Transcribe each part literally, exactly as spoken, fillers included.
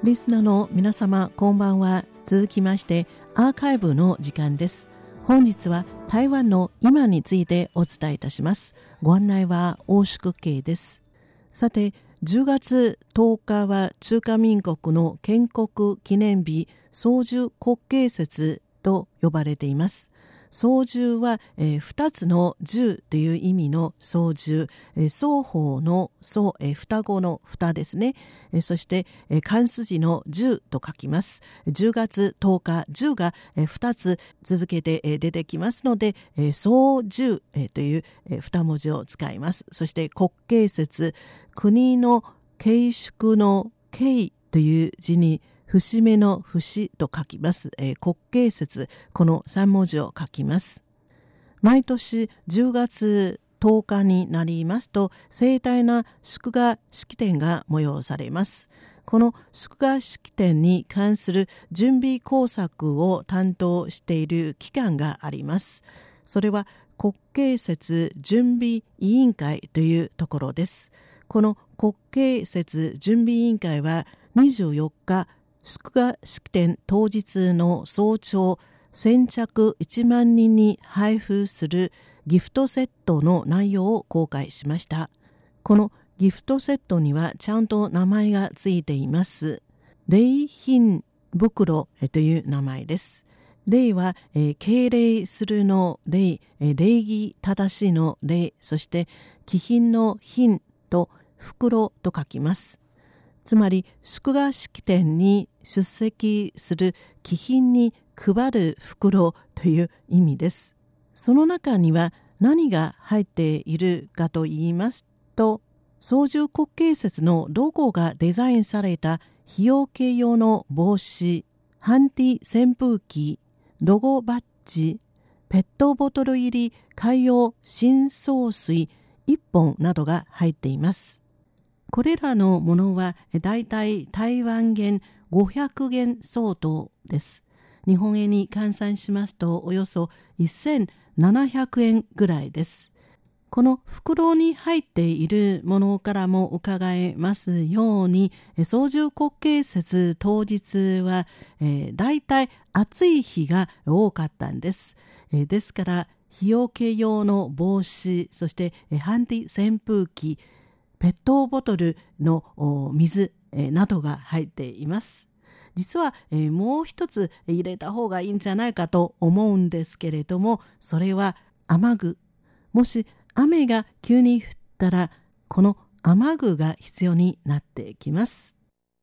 リスナーの皆様こんばんは。続きましてアーカイブの時間です。本日は台湾の今についてお伝えいたします。ご案内は大宿慶です。さて、じゅうがつとおかは中華民国の建国記念日、双十国慶節と呼ばれています。双十は、えー、ふたつの十という意味の双十、えー、双方の双、えー、双子の双ですね、えー、そして、えー、漢数字の十と書きます。じゅうがつとおか、十が、えー、ふたつ続けて、えー、出てきますので、えー、双十、えー、という、えー、二文字を使います。そして国慶節、国の慶祝の慶という字に節目の節と書きます、えー、国慶節、このさん文字を書きます。毎年じゅうがつとおかになりますと盛大な祝賀式典が催されます。この祝賀式典に関する準備工作を担当している機関があります。それは国慶節準備委員会というところです。この国慶節準備委員会はにじゅうよっか祝賀式典当日の早朝、先着いちまんにんに配布するギフトセットの内容を公開しました。このギフトセットにはちゃんと名前がついています。礼品袋という名前です。礼は、えー、敬礼するの礼、えー、礼儀正しいの礼、そして貴賓の品と袋と書きます。つまり祝賀式典に出席する貴賓に配る袋という意味です。その中には何が入っているかと言いますと、双十国慶節のロゴがデザインされた日よけ用の帽子、ハンディ扇風機、ロゴバッジ、ペットボトル入り海洋深層水いっぽんなどが入っています。これらのものはだいたい台湾元ごひゃくげん相当です。日本円に換算しますとおよそせんななひゃくえんぐらいです。この袋に入っているものからも伺えますように、双十国慶節当日は、えー、だいたい暑い日が多かったんです。えー、ですから日よけ用の帽子、そしてハンディ扇風機、ペットボトルの水、えー、などが入っています。実は、えー、もう一つ入れた方がいいんじゃないかと思うんですけれども、それは雨具。もし雨が急に降ったら、この雨具が必要になってきます。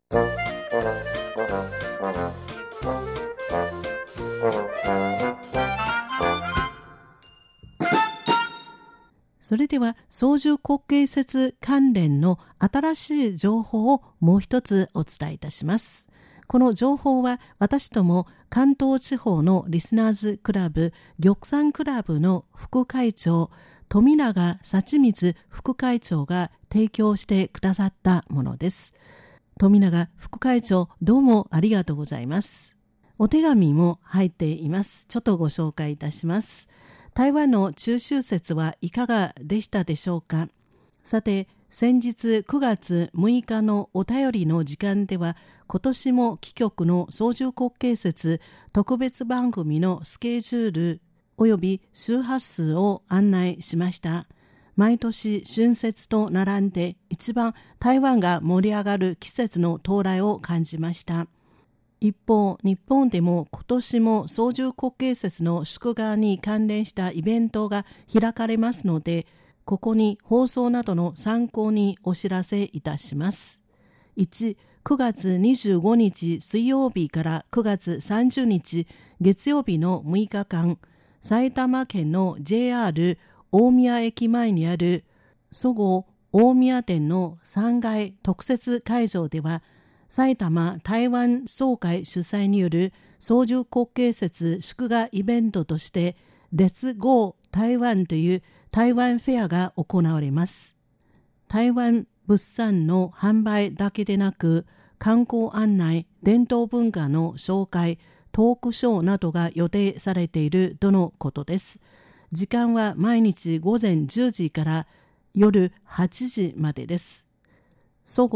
それでは双十国慶節関連の新しい情報をもう一つお伝えいたします。この情報は私とも関東地方のリスナーズクラブ玉山クラブの副会長富永幸光副会長が提供してくださったものです。富永副会長、どうもありがとうございます。お手紙も入っています。ちょっとご紹介いたします。台湾の中秋節はいかがでしたでしょうか。さて、先日くがつむいかのお便りの時間では、今年も貴局の双十国慶節特別番組のスケジュールおよび周波数を案内しました。毎年春節と並んで一番台湾が盛り上がる季節の到来を感じました。一方、日本でも今年も双十国慶節の祝賀に関連したイベントが開かれますので、ここに放送などの参考にお知らせいたします。いち、くがつにじゅうごにち水曜日からくがつさんじゅうにち月曜日のむいかかん、埼玉県の ジェイアール 大宮駅前にあるそごう大宮店のさんがい特設会場では、埼玉台湾総会主催による双十国慶節祝賀イベントとしてレッツゴー台湾という台湾フェアが行われます。台湾物産の販売だけでなく、観光案内、伝統文化の紹介、トークショーなどが予定されているとのことです。時間は毎日ごぜんじゅうじから夜はちじまでです。そごう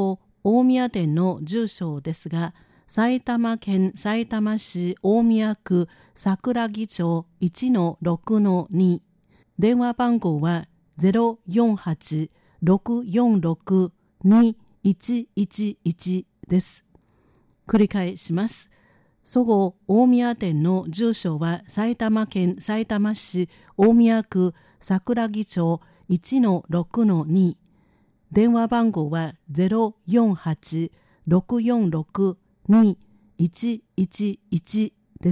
大宮店の住所ですが、埼玉県さいたま市大宮区桜木町 いちのろくのに、電話番号は ゼロよんはち ろくよんろく にいちいちいち です。繰り返します。そごう大宮店の住所は埼玉県さいたま市大宮区桜木町 いちのろくのに、電話番号は ゼロよんはち ろくよんろく にいちいちいち です。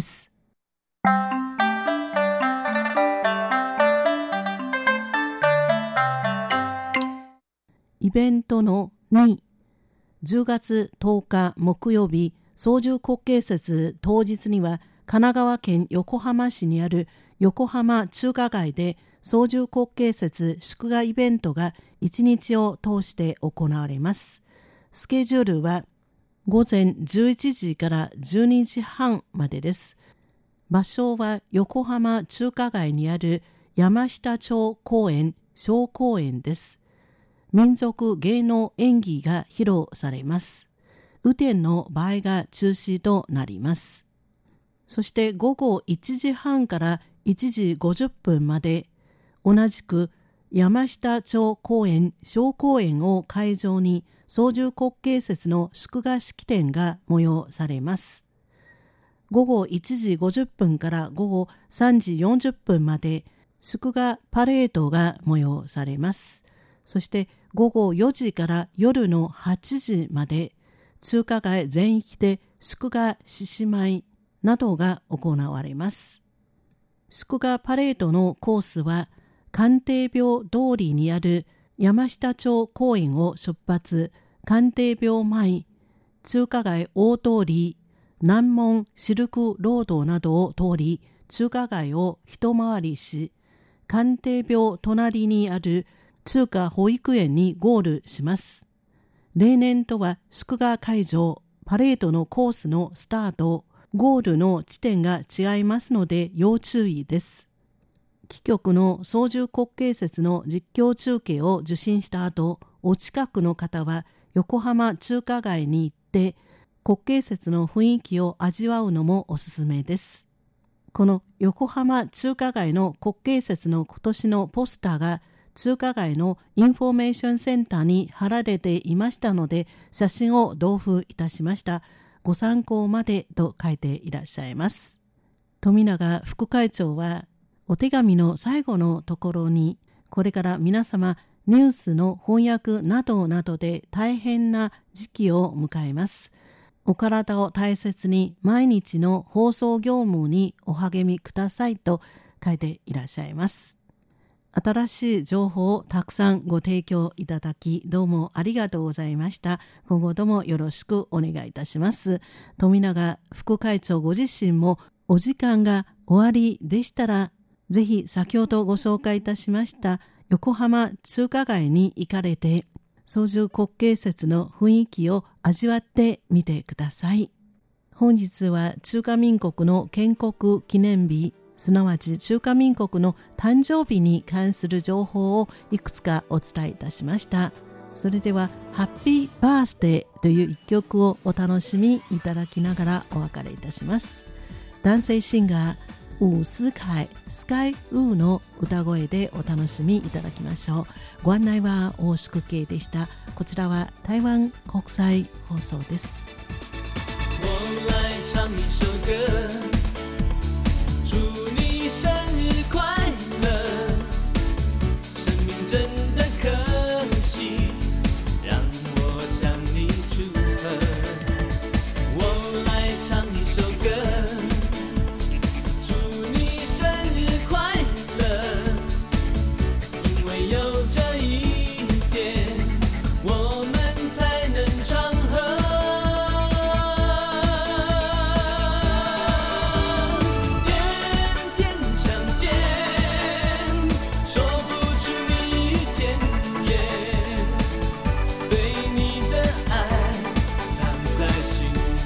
イベントのに、じゅうがつとおか木曜日、双十国慶節当日には神奈川県横浜市にある横浜中華街で双十国慶節祝賀イベントがいちにちを通して行われます。スケジュールはごぜんじゅういちじからじゅうにじはんまでです。場所は横浜中華街にある山下町公園小公園です。民族芸能演技が披露されます。雨天の場合が中止となります。そしてごごいちじはんからいちじごじゅっぷんまで、同じく山下町公園小公園を会場に双十国慶節の祝賀式典が催されます。ごごいちじごじゅっぷんからごごさんじよんじゅっぷんまで祝賀パレードが催されます。そしてごごよじから夜のはちじまで中華街全域で祝賀獅子舞などが行われます。祝賀パレードのコースは官邸廟通りにある山下町公園を出発、官邸廟前、中華街大通り、南門シルクロードなどを通り、中華街を一回りし、官邸廟隣にある中華保育園にゴールします。例年とは祝賀会場、パレードのコースのスタート、ゴールの地点が違いますので要注意です。貴局の双十国慶節の実況中継を受信した後、お近くの方は横浜中華街に行って国慶節の雰囲気を味わうのもおすすめです。この横浜中華街の国慶節の今年のポスターが中華街のインフォメーションセンターに貼られていましたので、写真を同封いたしました。ご参考までと書いていらっしゃいます。富永副会長はお手紙の最後のところに、これから皆様ニュースの翻訳などなどで大変な時期を迎えます。お体を大切に毎日の放送業務にお励みくださいと書いていらっしゃいます。新しい情報をたくさんご提供いただきどうもありがとうございました。今後ともよろしくお願いいたします。富永副会長ご自身もお時間が終わりでしたら、ぜひ先ほどご紹介いたしました横浜中華街に行かれて双十国慶節の雰囲気を味わってみてください。本日は中華民国の建国記念日、すなわち中華民国の誕生日に関する情報をいくつかお伝えいたしました。それではハッピーバースデーという一曲をお楽しみいただきながらお別れいたします。男性シンガー伍思凱スカイウーの歌声でお楽しみいただきましょう。ご案内は大宿慶でした。こちらは台湾国際放送です。 我来唱一首歌